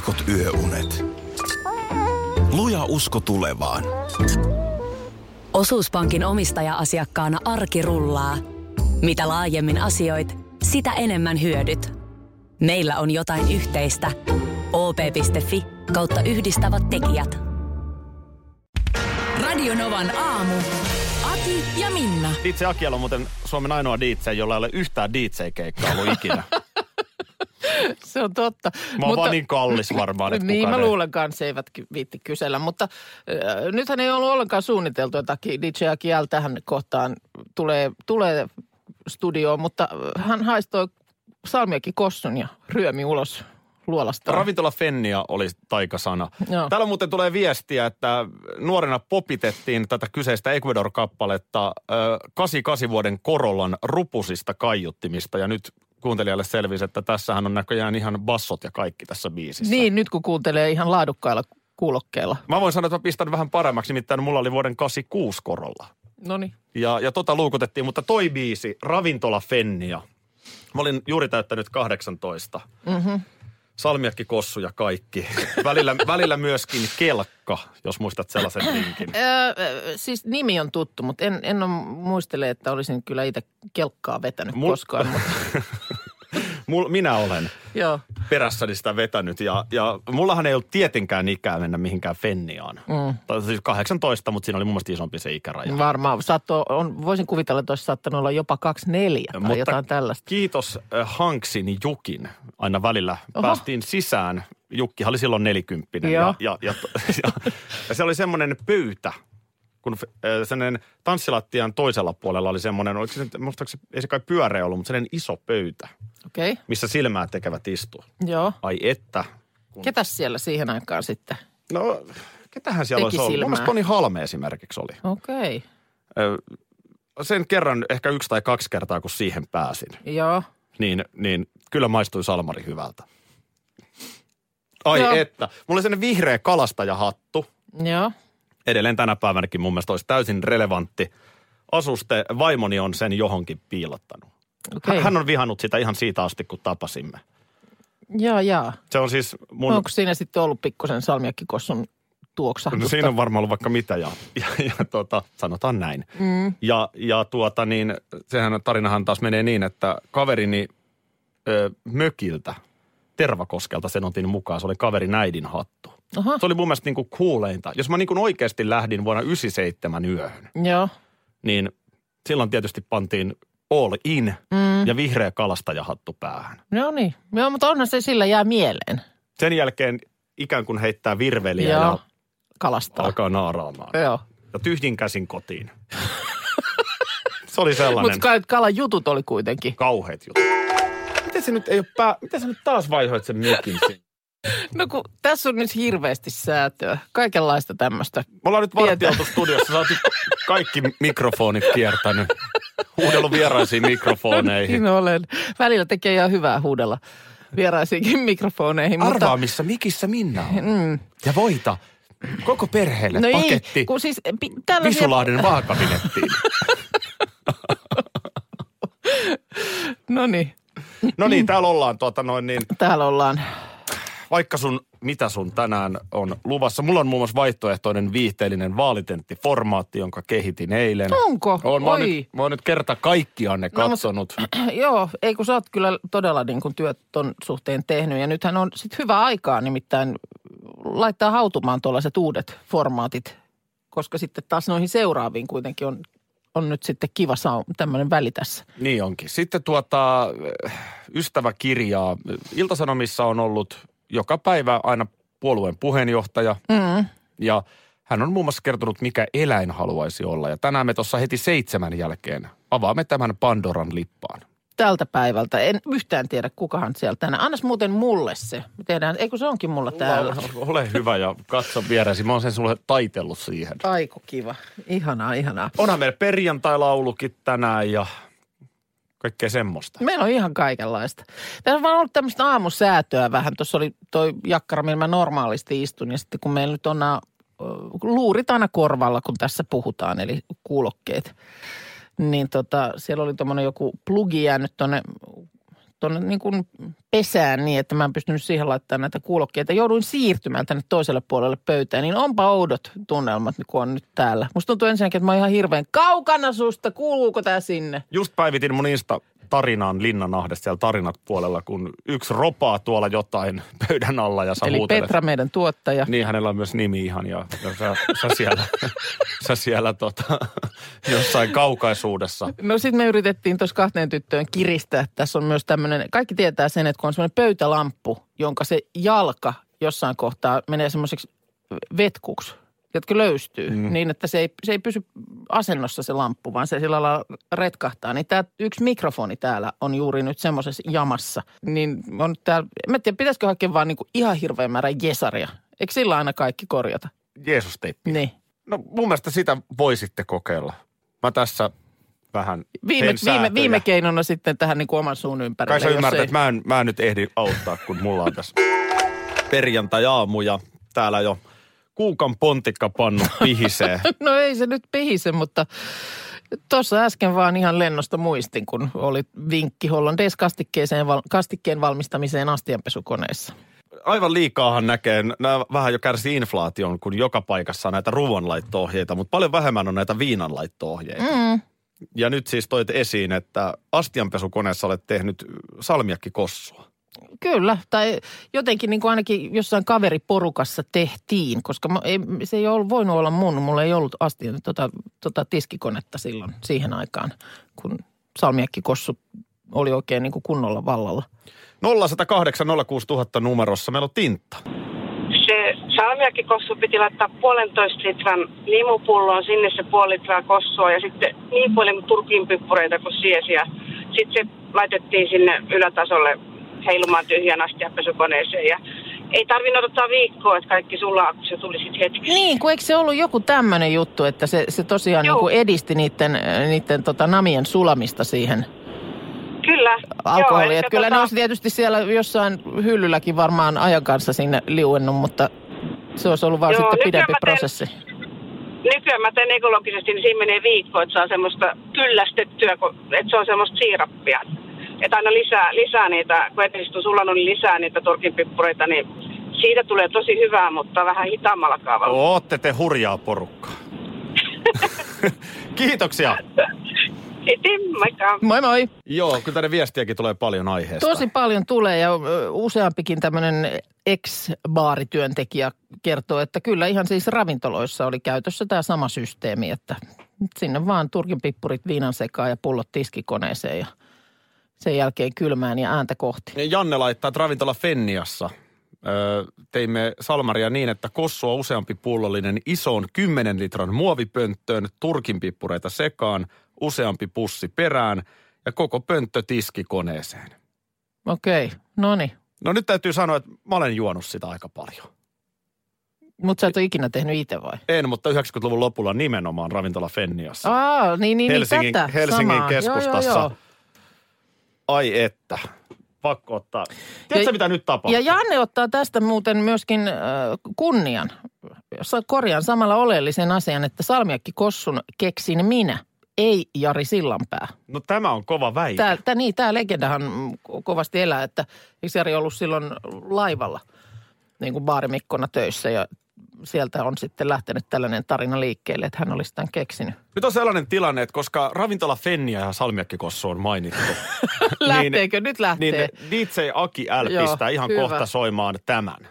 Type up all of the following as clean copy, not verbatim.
heikot yöunet. Luja usko tulevaan. Osuuspankin omistaja-asiakkaana arki rullaa. Mitä laajemmin asioit, sitä enemmän hyödyt. Meillä on jotain yhteistä. op.fi/yhdistävät tekijät. Radio Novan aamu. Aki ja Minna. DJ Akialla on muuten Suomen ainoa DJ, jolla ei ole yhtään DJ-keikkaa ollut ikinä. Se on totta. Mä oon vaan niin kallis varmaan, että niin, kukaan mä luulen kanssa, eivät viitti kysellä. Mutta nythän ei ollut ollenkaan suunniteltu, että DJ Akial tähän kohtaan tulee studioon, mutta hän haistoi salmiakin kossun ja ryömi ulos luolasta. Ravintola Fennia oli taikasana. Joo. Täällä muuten tulee viestiä, että nuorena popitettiin tätä kyseistä Ecuador-kappaletta 88 vuoden Corollan rupusista kaiuttimista ja nyt kuuntelijalle selvisi, että tässähän on näköjään ihan bassot ja kaikki tässä biisissä. Niin, nyt kun kuuntelee ihan laadukkailla kuulokkeilla. Mä voin sanoa, että mä pistän vähän paremmaksi, nimittäin mulla oli vuoden 86 Corolla. Noniin. Ja luukutettiin, mutta toi biisi, Ravintola Fennia. Mä olin juuri täyttänyt 18. Mhm. Salmiakki, kossu ja kaikki. Välillä myöskin kelkka, jos muistat sellaisen linkin. Siis nimi on tuttu, mutta en muistele, että olisin kyllä itse kelkkaa vetänyt koskaan. Minä olen Joo. perässäni sitä vetänyt ja mullahan ei ollut tietenkään ikää mennä mihinkään Fenniaan. Tai siis 18, mutta siinä oli mun mielestä isompi se ikäraja. Varmaan. Voisin kuvitella, että olisi saattanut olla jopa 24 tai mutta jotain tällaista. Kiitos Hanksin Jukin. Aina välillä päästiin sisään. Jukkihan oli silloin 40. Ja se oli semmoinen pöytä, kun sellainen tanssilattian toisella puolella oli semmoinen, oliko se, muistaakseni ei se kai pyöreä ollut, mutta sellainen iso pöytä, missä silmää tekevät istua. Joo. Ai että. Ketäs siellä siihen aikaan sitten? No, ketähän siellä olisi ollut? Mun mielestä Toni Halme esimerkiksi oli. Okei. Sen kerran, ehkä 1 tai 2 kertaa, kun siihen pääsin. Joo. Niin kyllä maistui salmari hyvältä. Ai Joo. että. Mulla oli sellainen vihreä kalastajahattu. Joo. Edelleen tänä päivänäkin mun mielestä olisi täysin relevantti asuste. Vaimoni on sen johonkin piilottanut. Okay. Hän on vihannut sitä ihan siitä asti, kun tapasimme. Jaa. Se on siis mun... Onko siinä sitten ollut pikkusen salmiakkikossun tuoksahdusta? No siinä on varmaan ollut vaikka mitä ja sanotaan näin. Sehän tarinahan taas menee niin, että kaverini mökiltä, Tervakoskelta sen otin mukaan. Se oli kaverin äidin hattu. Aha. Se oli mun mielestä niinku cooleinta. Jos mä niinku oikeasti lähdin vuonna 97 yöhön, Joo. niin silloin tietysti pantiin all in ja vihreä kalastajahattu päähän. No niin. Joo, mutta onhan se sillä jää mieleen. Sen jälkeen ikään kuin heittää virveliä ja kalastaa. alkaa naaraamaan. Joo. Ja tyhjin käsin kotiin. Se oli sellainen. Mutta kalan jutut oli kuitenkin. Kauheat jutut. Miten se nyt ei ole miten sä nyt taas vaihoit sen mikin sinne? No kun tässä on nyt hirveästi säätöä. Kaikenlaista tämmöistä. Me ollaan nyt vartioitu studiossa. Sä oot kaikki mikrofonit kiertänyt. Huudellut vieraisiin mikrofoneihin. Niin olen. Välillä tekee ihan hyvää huudella vieraisiinkin mikrofoneihin. Arvaa, missä mikissä Minna on. Ja voita. Koko perheelle no paketti ei, kun siis Visulahden vaakabinettiin. No niin, täällä ollaan Täällä ollaan. Vaikka mitä sun tänään on luvassa. Mulla on muun muassa vaihtoehtoinen viihteellinen vaalitenttiformaatti, jonka kehitin eilen. Onko? Mä oon nyt kerta kaikkiaan ne katsonut. Joo, ei kun sä oot kyllä todella niin kuin työt ton suhteen tehnyt. Ja nythän on sit hyvä aikaa nimittäin laittaa hautumaan tuollaiset uudet formaatit. Koska sitten taas noihin seuraaviin kuitenkin on nyt sitten kiva tämmöinen väli tässä. Niin onkin. Sitten ystäväkirjaa. Ilta-Sanomissa on ollut joka päivä aina puolueen puheenjohtaja. Ja hän on muun muassa kertonut, mikä eläin haluaisi olla. Ja tänään me tuossa heti 7 jälkeen avaamme tämän Pandoran lippaan. Tältä päivältä. En yhtään tiedä, kukahan siellä tänään. Annas muuten mulle se. Me tehdään, eikö se onkin mulla täällä? Ole hyvä ja katso vieresi. Mä oon sen sulle taitellut siihen. Aiku kiva. Ihanaa. Onhan meillä perjantai-laulukin tänään ja kaikkea semmoista. Meillä on ihan kaikenlaista. Tässä on vaan ollut tämmöistä aamusäätöä vähän. Tuossa oli toi jakkara, millä mä normaalisti istun. Ja sitten kun meillä nyt on nämä luurit aina korvalla, kun tässä puhutaan, eli kuulokkeet. Niin siellä oli tommoinen joku plugi jäänyt tuonne niin kuin pesään niin, että mä en pystynyt siihen laittamaan näitä kuulokkeita. Jouduin siirtymään tänne toiselle puolelle pöytään, niin onpa oudot tunnelmat, kun on nyt täällä. Musta tuntuu ensinnäkin, että mä oon ihan hirveän kaukana susta. Kuuluuko tää sinne? Just päivitin mun Insta-tarinaan Linnanahdesta siellä tarinat puolella, kun yksi ropaa tuolla jotain pöydän alla ja sä eli huutelet. Petra, meidän tuottaja. Niin, hänellä on myös nimi ihan ja sä siellä jossain kaukaisuudessa. No sit me yritettiin tuossa 2 tyttöön kiristää. Tässä on myös tämmöinen, kaikki tietää sen, että kun on semmoinen pöytälamppu, jonka se jalka jossain kohtaa menee semmoiseksi vetkuksi, jotka löystyy, niin että se ei pysy asennossa se lamppu, vaan se sillä lailla retkahtaa. Niin tämä yksi mikrofoni täällä on juuri nyt semmoisessa jamassa. Niin on täällä, mä en tiedä, pitäisikö hakea vaan niinku ihan hirveän määrä jesaria. Eikö sillä aina kaikki korjata? Jeesus-teippiä. Niin. No mun mielestä sitä voisitte kokeilla. Mä tässä vähän Viime keinona sitten tähän niin kuin oman suun ympärille. Kai sä ymmärrät, että mä en nyt ehdi auttaa, kun mulla on tässä perjantai-aamu ja täällä jo kuukan pontikkapannu pihisee. No ei se nyt pihise, mutta tuossa äsken vaan ihan lennosta muistin, kun oli vinkki Hollandaise kastikkeen valmistamiseen astianpesukoneessa. Aivan liikaahan näkee, nämä vähän jo kärsii inflaation, kun joka paikassa on näitä ruoanlaitto-ohjeita, mutta paljon vähemmän on näitä viinanlaitto-ohjeita. Ja nyt siis toit esiin, että astianpesukoneessa olet tehnyt salmiakkikossua. Kyllä, tai jotenkin niin kuin ainakin jossain kaveriporukassa tehtiin, koska se ei ole voinut olla mulla ei ollut tiskikonetta silloin siihen aikaan, kun salmiakkikossu oli oikein niin kuin kunnolla vallalla. 0108 06000 numerossa meillä on Tintta. Se salmiakkikossu piti laittaa 1,5 litran limupulloon, sinne se 0,5 litraa kossua ja sitten niin paljon turkinpyppureita kuin siesi. Ja sitten se laitettiin sinne ylätasolle heilumaan tyhjän astianpesukoneeseen ja ei tarvinnut ottaa viikkoa, että kaikki sulaa, kun se tuli sitten hetkessä. Niin, kun eikö se ollut joku tämmöinen juttu, että se tosiaan niin kuin edisti niiden namien sulamista siihen kyllä, alkoholiin. Että kyllä ne olisi tietysti siellä jossain hyllylläkin varmaan ajan kanssa sinne liuennut, mutta se olisi ollut vaan sitten pidempi prosessi. Nykyään mä teen ekologisesti, niin siinä menee viikko, että saa semmoista kyllästettyä, että se on semmoista siirappia. Että aina lisää niitä, kun edellisesti on sulanut, niin lisää niitä turkinpippureita, niin siitä tulee tosi hyvää, mutta vähän hitaammalla kaavalla. Ootte te hurjaa porukkaa. Kiitoksia. Moi moi. Joo, kyllä tänne viestiäkin tulee paljon aiheesta. Tosi paljon tulee ja useampikin tämmöinen ex-baarityöntekijä kertoo, että kyllä ihan siis ravintoloissa oli käytössä tämä sama systeemi, että sinne vaan turkinpippurit viinan sekaan ja pullot tiskikoneeseen ja sen jälkeen kylmään ja ääntä kohti. Janne laittaa, että ravintola Fenniassa teimme salmaria niin, että kossua useampi pullollinen isoon 10 litran muovipönttöön, turkinpippureita sekaan, useampi pussi perään ja koko pönttö tiskikoneeseen. Okei, noniin. No nyt täytyy sanoa, että mä olen juonut sitä aika paljon. Mutta sä et ole ikinä tehnyt itse vai? En, mutta 90-luvun lopulla nimenomaan ravintola Fenniassa. Niin Helsingin samaa. keskustassa. Joo. Ai että, pakko ottaa. Tiedätkö mitä nyt tapahtuu? Ja Janne ottaa tästä muuten myöskin kunnian. Korjaan samalla oleellisen asian, että salmiakkikossun keksin minä, ei Jari Sillanpää. No tämä on kova väite. Tämä legendahan kovasti elää, että eikö Jari ollut silloin laivalla niin kuin baarimikkona töissä ja sieltä on sitten lähtenyt tällainen tarina liikkeelle, että hän olisi tämän keksinyt. Nyt on sellainen tilanne, että koska ravintola Fennia ja salmiakkikossu on mainittu. Lähteekö? Nyt lähtee. Niin DJ Aki L pistää ihan hyvä. Kohta soimaan tämän.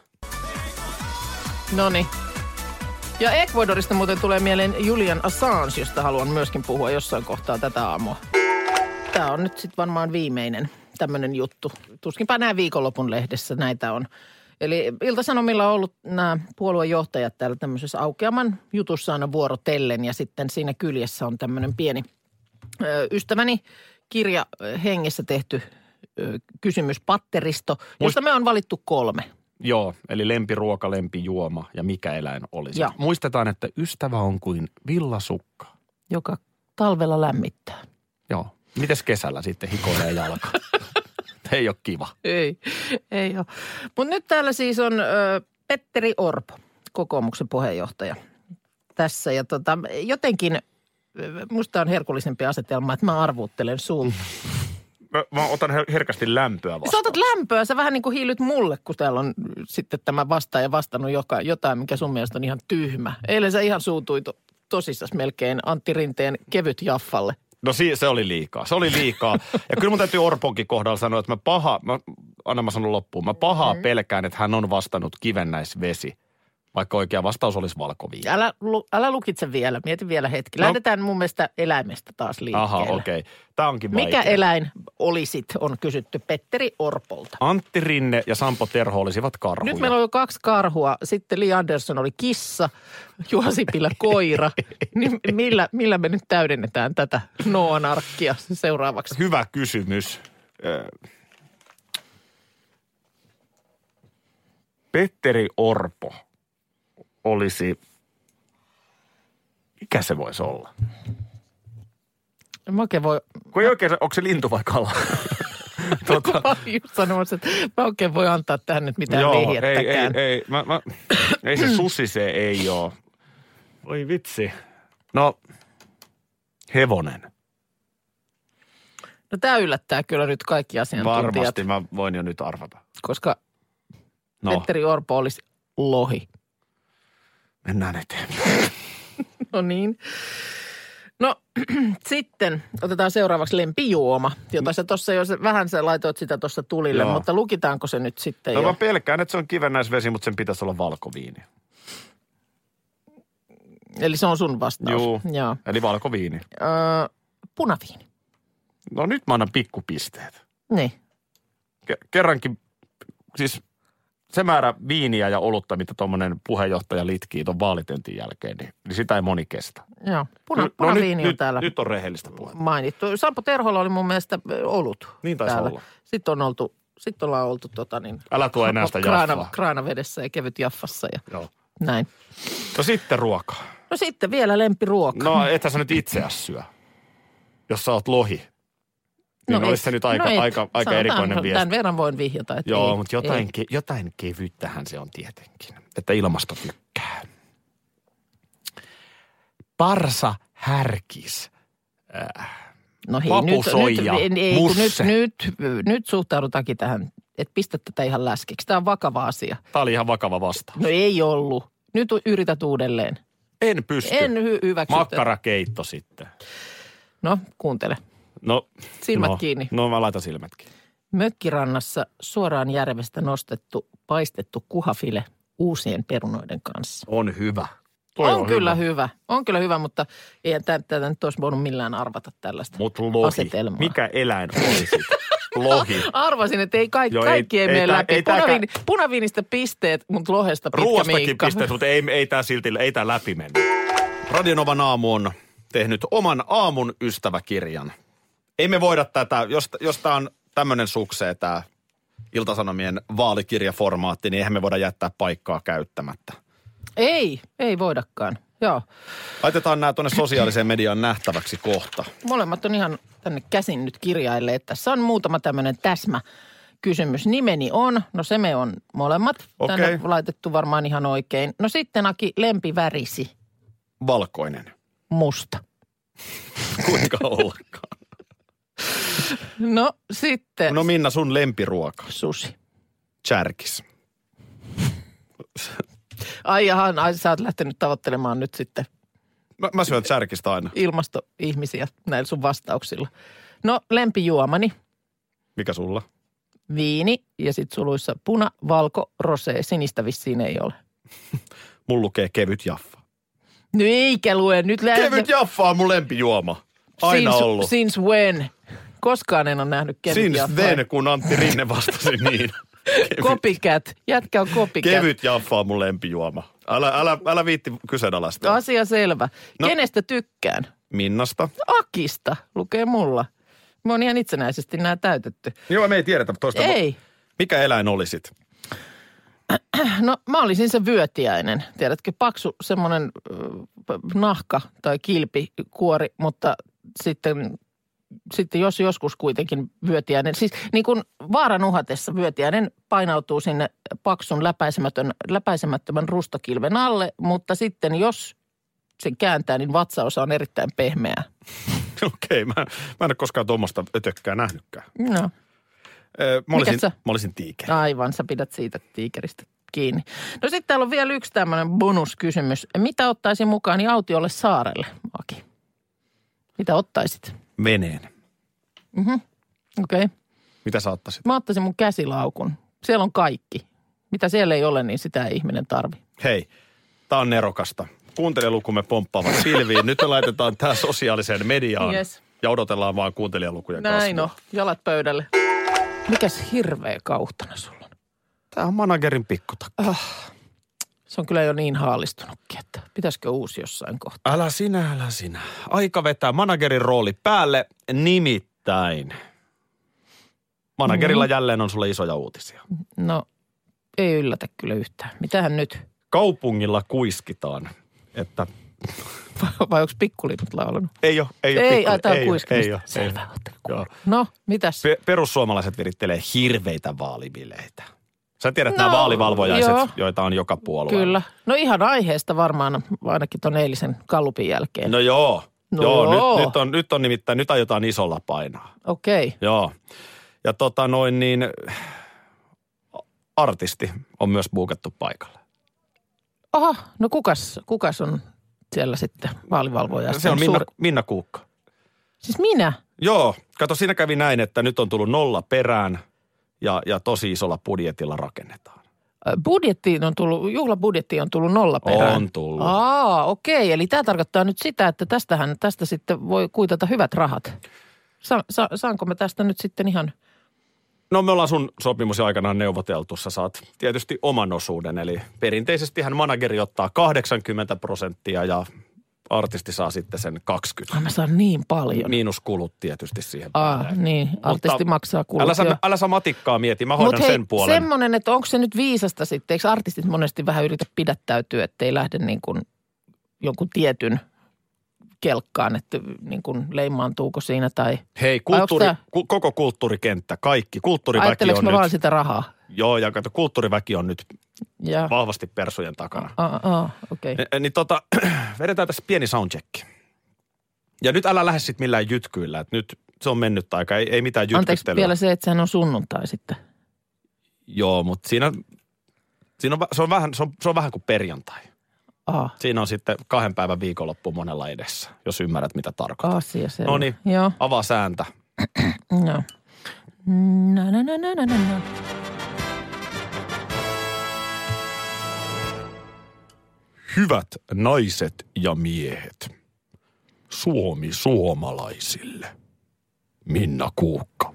Noniin. Ja Ecuadorista muuten tulee mieleen Julian Assange, josta haluan myöskin puhua jossain kohtaa tätä aamua. Tämä on nyt sitten varmaan viimeinen tämmöinen juttu. Tuskinpä nämä viikonlopun lehdessä näitä on. Eli Ilta-Sanomilla on ollut nämä puoluejohtajat täällä tämmöisessä aukeaman jutussa aina vuorotellen. Ja sitten siinä kyljessä on tämmöinen pieni ystäväni kirja hengessä tehty kysymyspatteristo, josta me on valittu 3. Joo, eli lempiruoka, lempijuoma ja mikä eläin olisi. Joo. Muistetaan, että ystävä on kuin villasukka. Joka talvella lämmittää. Joo. Mites kesällä sitten hikoilee jalka? Ei ole kiva. Ei ole. Mutta nyt täällä siis on Petteri Orpo, kokoomuksen puheenjohtaja tässä. Ja jotenkin musta on herkullisempi asetelma, että mä arvuuttelen sulta. mä otan herkästi lämpöä vastaan. Sä otat lämpöä, sä vähän niin kuin hiilyt mulle, kun täällä on sitten tämä vastaaja vastannut jotain, mikä sun mielestä on ihan tyhmä. Eilen sä ihan suutuit tosissas melkein Antti Rinteen kevyt jaffalle. No se oli liikaa. Se oli liikaa. Ja kyllä mun täytyy Orponkin kohdalla sanoa, että mä sanon loppuun, mä pahaa pelkään, että hän on vastannut kivennäisvesi, vaikka oikea vastaus olisi valkoviini. Älä lukitse vielä, mieti vielä hetki. Lähdetään mun mielestä eläimestä taas liikkeelle. Aha, okei. Tää onkin vaikea. Mikä eläin olisit, on kysytty Petteri Orpolta. Antti Rinne ja Sampo Terho olisivat karhuja. Nyt meillä on jo 2 karhua, sitten Li Andersson oli kissa, Juha Sipilä koira. Niin millä me nyt täydennetään tätä Noan arkkia seuraavaksi? Hyvä kysymys. Petteri Orpo olisi, mikä se voisi olla? Mä oikein voi... Kun ei oikein, onko se lintu vai kala? Mä oon just sanomassa, että mä oikein voi antaa tähän nyt mitään vihjettäkään. Ei se susi, se ei oo. Oi vitsi. No, hevonen. No tää yllättää kyllä nyt kaikki asiantuntijat. Varmasti, mä voin jo nyt arvata. Koska Petteri Orpo olisi lohi. Mennään eteenpäin. No niin. No sitten otetaan seuraavaksi lempijuoma, jota sä tuossa jo vähän sä laitoit sitä tuossa tulille, mutta lukitaanko se nyt sitten jo? Mä pelkään, että se on kivennäisvesi, mutta sen pitäisi olla valkoviini. Eli se on sun vastaus? Joo. Eli valkoviini. Punaviini. No nyt mä annan pikkupisteet. Niin. Kerrankin, siis se määrä viiniä ja olutta, mitä tuommoinen puheenjohtaja litkii ton vaalitentin jälkeen, niin sitä ei moni kestä. Joo, punaviini on täällä. Nyt on rehellistä puhetta. Mainittu. Sampo Terholla oli mun mielestä olut. Niin taisi täällä. olla. Sitten ollaan oltu Älä tuo enää sitä jaffaa. Kraanavedessä ja kevyt jaffassa ja joo. Näin. No sitten ruokaa. No sitten vielä lempiruoka. No ethän sä nyt itseäsi syö, jos sä oot lohi. Niin olisi se nyt aika erikoinen viesti. Tämän verran voin vihjata, että joo, mutta jotain kevyttähän se on tietenkin, että ilmasto tykkää. Parsa härkis. No hei, papusoija, musse. Nyt suhtaudutaankin tähän, että pistä tätä ihan läskiksi. Tämä on vakava asia. Tämä oli ihan vakava vastaus. No ei ollut. Nyt yrität uudelleen. En pysty. En hyväksy. Makkarakeitto sitten. No, kuuntele. No, silmät kiinni. No, mä laitan silmät kiinni. Mökkirannassa suoraan järvestä nostettu, paistettu kuhafile uusien perunoiden kanssa. On hyvä. On kyllä hyvä. On kyllä hyvä, mutta eihän tätä nyt olisi voinut millään arvata tällaista asetelmaa. Mikä eläin olisit? Lohi. Arvasin, että kaikki ei mene läpi. Punaviinistä pisteet, mutta lohesta pitkä ruoastakin miikka. pisteet, mutta ei tää läpi mennä. Radionovan aamu on tehnyt oman aamun ystäväkirjan. Ei me voida tätä, jos tää on tämmönen suksee tää Ilta-Sanomien vaalikirjaformaatti, niin eihän me voida jättää paikkaa käyttämättä. Ei voidakaan. Joo. Laitetaan nämä tuonne sosiaaliseen mediaan nähtäväksi kohta. Molemmat on ihan tänne käsin nyt kirjailleet. Tässä on muutama tämmöinen täsmäkysymys. Nimeni on, no se me on molemmat. Okei. Tänne laitettu varmaan ihan oikein. No sitten Aki, lempivärisi. Valkoinen. Musta. Kuinka ollakaan? No sitten. No Minna, sun lempiruoka. Susi. Tsärkis. Ai sä oot lähtenyt tavoittelemaan nyt sitten. Mä syön tsärkistä aina. Ilmastoihmisiä näillä sun vastauksilla. No lempijuomani. Mikä sulla? Viini ja sit suluissa puna, valko, rosé. Sinistä vissiin ei ole. Mun lukee kevyt jaffa. No eikä lue. Nyt kevyt jaffa on mun lempijuoma. Aina ollut. Since when? Koskaan en ole nähnyt kevyt jaffaa. Since then, kun Antti Rinne vastasi niin. Copycat. Jätkä on copycat. Kevyt jaffa on mun lempijuoma. Älä viitti kyseenalaista. Asia selvä. No, kenestä tykkään? Minnasta. Akista, lukee mulla. Me on ihan itsenäisesti nämä täytetty. Joo, me ei tiedetä toista. Ei. Mikä eläin olisit? No mä olisin se vyötiäinen. Tiedätkö, paksu semmoinen nahka tai kilpikuori, mutta sitten jos joskus kuitenkin vyötiäinen, siis niin kuin vaaran uhatessa vyötiäinen painautuu sinne paksun läpäisemättömän rustokilven alle, mutta sitten jos sen kääntää, niin vatsaosa on erittäin pehmeää. Okei, mä en ole koskaan tuommoista ötökkää nähnytkään. No. Mä olisin tiikeri. Aivan, sä pidät siitä tiikeristä kiinni. No sitten täällä on vielä yksi tämmöinen bonuskysymys. Mitä ottaisin mukaan autiolle saarelle, Aki? Mitä ottaisit? Veneen. Okei. Mitä sä ottaisit? Mä ottaisin mun käsilaukun. Siellä on kaikki. Mitä siellä ei ole, niin sitä ei ihminen tarvi. Hei, tää on nerokasta. Kuuntelijalukumme pomppaavat pilviin. Nyt me laitetaan tää sosiaaliseen mediaan. Yes. Ja odotellaan vaan kuuntelijalukuja kasvua. Näin on. Jalat pöydälle. Mikäs hirveä kauhtana sulla on? Tää on managerin pikkutakki. Se on kyllä jo niin haalistunutkin, että pitäisikö uusi jossain kohtaa? Älä sinä. Aika vetää managerin rooli päälle, nimittäin. Managerilla jälleen on sulle isoja uutisia. No, ei yllätä kyllä yhtään. Mitähän nyt? Kaupungilla kuiskitaan, että... Vai onko pikkulinnut laulanut? Ei ole tämä on kuiskimista. Ei ole. Selvä, no, mitäs? Perussuomalaiset virittelee hirveitä vaalibileitä. Sä tiedät nämä vaalivalvojaiset, joita on joka puolueella. Kyllä. No ihan aiheesta varmaan, ainakin ton eilisen Gallupin jälkeen. No joo. Nyt on nimittäin, nyt aiotaan isolla painaa. Okei. Joo. Ja artisti on myös buukattu paikalle. Aha, no kukas on siellä sitten vaalivalvoja? Se on Minna Kuukka. Siis minä? Joo, kato siinä kävi näin, että nyt on tullut 0 perään ja tosi isolla budjetilla rakennetaan. Juhlabudjettiin on tullut 0 perään? On tullut. Okei, eli tämä tarkoittaa nyt sitä, että tästä sitten voi kuitata hyvät rahat. Saanko me tästä nyt sitten ihan... No me ollaan sun sopimus aikanaan neuvoteltu. Sä saat tietysti oman osuuden. Eli perinteisestihän manageri ottaa 80% ja artisti saa sitten sen 20%. Mä saan niin paljon. Miinus kulut tietysti siihen päälle. Niin, artisti maksaa kulut. Älä saa matikkaa mieti, mä hoidan sen puolen. Semmoinen, että onko se nyt viisasta sitten, eikö artistit monesti vähän yritä pidättäytyä, ettei lähde niin kuin jonkun tietyn kelkkaan, että niin kuin leimaantuuko siinä tai... Hei, koko kulttuurikenttä, kaikki. Kulttuuriväki ajatteleks on mä nyt... vaan sitä rahaa? Joo, ja kato, kulttuuriväki on nyt vahvasti persujen takana. Okei. Niin vedetään tässä pieni soundcheck. Ja nyt älä lähde sitten millään jytkyillä, että nyt se on mennyt aika, ei mitään jytkyttelyä. Anteeksi vielä se, että sehän on sunnuntai sitten. Joo, mutta se on vähän kuin perjantai. Siinä on sitten 2 päivän viikonloppu monella edessä, jos ymmärrät mitä tarkoittaa. Asia se. No niin, avaa sääntä. Joo. Hyvät naiset ja miehet, Suomi suomalaisille. Minna Kuukka.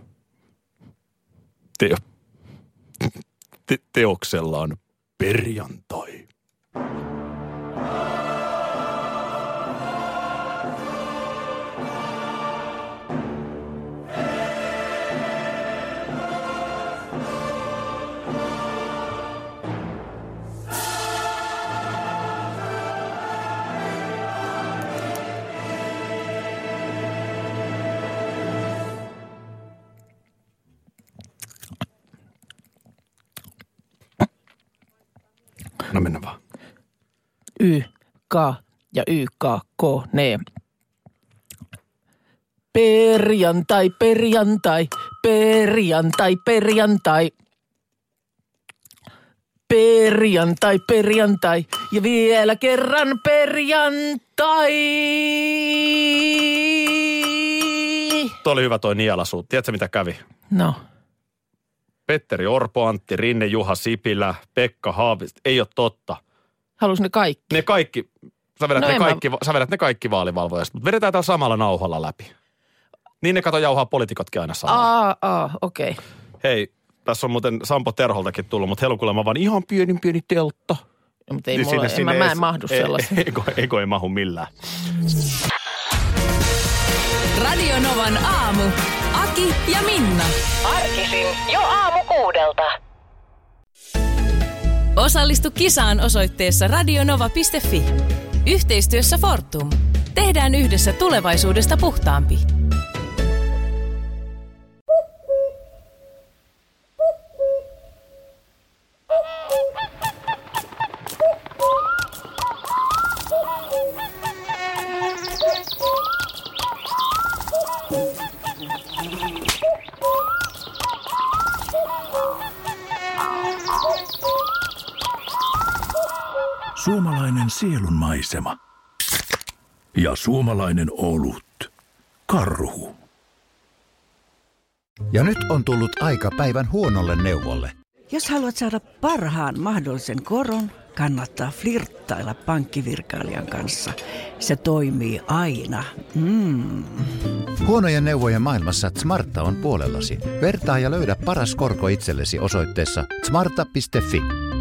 Teoksellaan Perjantai. No mennä vaan. YK ja YKK, ne. Perjantai, perjantai, perjantai, perjantai. Perjantai, perjantai ja vielä kerran perjantai. Tuo oli hyvä toi nielasu. Tiedätkö mitä kävi? No. Petteri Orpo, Antti Rinne, Juha Sipilä, Pekka Haavisto. Ei ole totta. Halusi ne kaikki? Ne kaikki. Sä vedät ne kaikki vaalivalvojasta, mutta vedetään täällä samalla nauhalla läpi. Niin ne kato jauhaa poliitikotkin aina samalla. Okei. Okay. Hei, tässä on muuten Sampo Terholtakin tullut, mutta heillä on kuulemma vaan ihan pieni teltta. No, mutta ei mulla, mä en mahdu sellaisen. Eikö ei mahu millään. Radio Novan aamu. Aki ja Minna. Arkisin jo aamu 6:00. Osallistu kisaan osoitteessa radionova.fi. Yhteistyössä Fortum. Tehdään yhdessä tulevaisuudesta puhtaampi. suomalainen sielunmaisema ja suomalainen olut. Karhu. Ja nyt on tullut aika päivän huonolle neuvolle. Jos haluat saada parhaan mahdollisen koron, kannattaa flirttailla pankkivirkailijan kanssa. Se toimii aina. Huonojen neuvojen maailmassa Smarta on puolellasi. Vertaa ja löydä paras korko itsellesi osoitteessa smarta.fi.